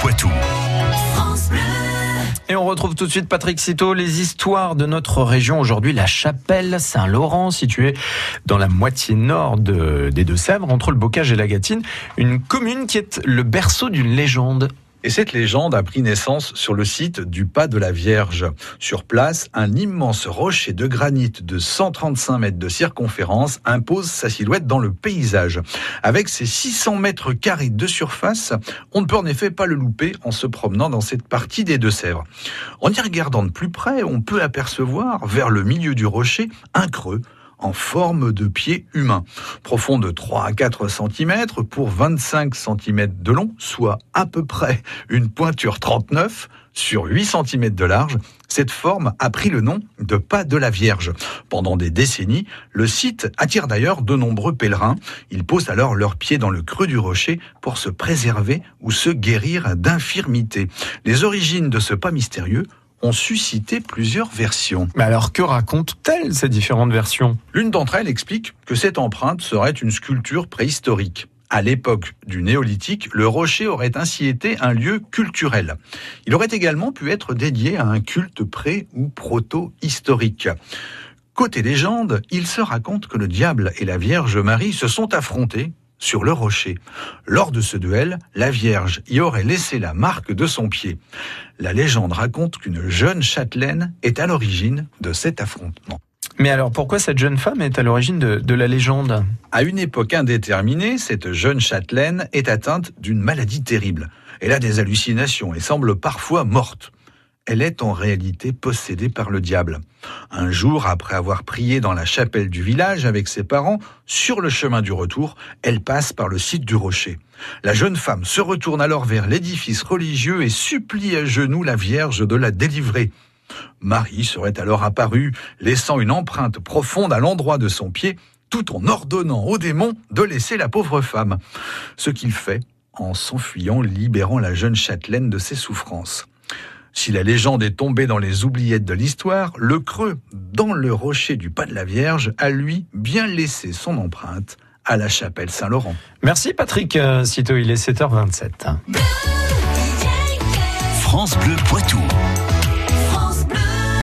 Poitou. Et on retrouve tout de suite Patrick Citeau, les histoires de notre région. Aujourd'hui, la chapelle Saint-Laurent, située dans la moitié nord des Deux-Sèvres, entre le Bocage et la Gâtine. Une commune qui est le berceau d'une légende. Et cette légende a pris naissance sur le site du Pas de la Vierge. Sur place, un immense rocher de granit de 135 mètres de circonférence impose sa silhouette dans le paysage. Avec ses 600 mètres carrés de surface, on ne peut en effet pas le louper en se promenant dans cette partie des Deux-Sèvres. En y regardant de plus près, on peut apercevoir, vers le milieu du rocher, un creux en forme de pied humain, profond de 3 à 4 cm pour 25 cm de long, soit à peu près une pointure 39 sur 8 cm de large. Cette forme a pris le nom de Pas de la Vierge. Pendant des décennies, le site attire d'ailleurs de nombreux pèlerins. Ils posent alors leurs pieds dans le creux du rocher pour se préserver ou se guérir d'infirmités. Les origines de ce pas mystérieux ont suscité plusieurs versions. Mais alors, que racontent-elles, ces différentes versions ? L'une d'entre elles explique que cette empreinte serait une sculpture préhistorique. À l'époque du néolithique, le rocher aurait ainsi été un lieu culturel. Il aurait également pu être dédié à un culte pré- ou proto-historique. Côté légende, il se raconte que le diable et la Vierge Marie se sont affrontés sur le rocher. Lors de ce duel, la Vierge y aurait laissé la marque de son pied. La légende raconte qu'une jeune châtelaine est à l'origine de cet affrontement. Mais alors, pourquoi cette jeune femme est à l'origine de la légende ? À une époque indéterminée, cette jeune châtelaine est atteinte d'une maladie terrible. Elle a des hallucinations et semble parfois morte. Elle est en réalité possédée par le diable. Un jour, après avoir prié dans la chapelle du village avec ses parents, sur le chemin du retour, elle passe par le site du rocher. La jeune femme se retourne alors vers l'édifice religieux et supplie à genoux la Vierge de la délivrer. Marie serait alors apparue, laissant une empreinte profonde à l'endroit de son pied, tout en ordonnant au démon de laisser la pauvre femme. Ce qu'il fait en s'enfuyant, libérant la jeune châtelaine de ses souffrances. Si la légende est tombée dans les oubliettes de l'histoire, le creux dans le rocher du Pas de la Vierge a lui bien laissé son empreinte à la chapelle Saint-Laurent. Merci Patrick Citeau, il est 7h27. France Bleu Poitou.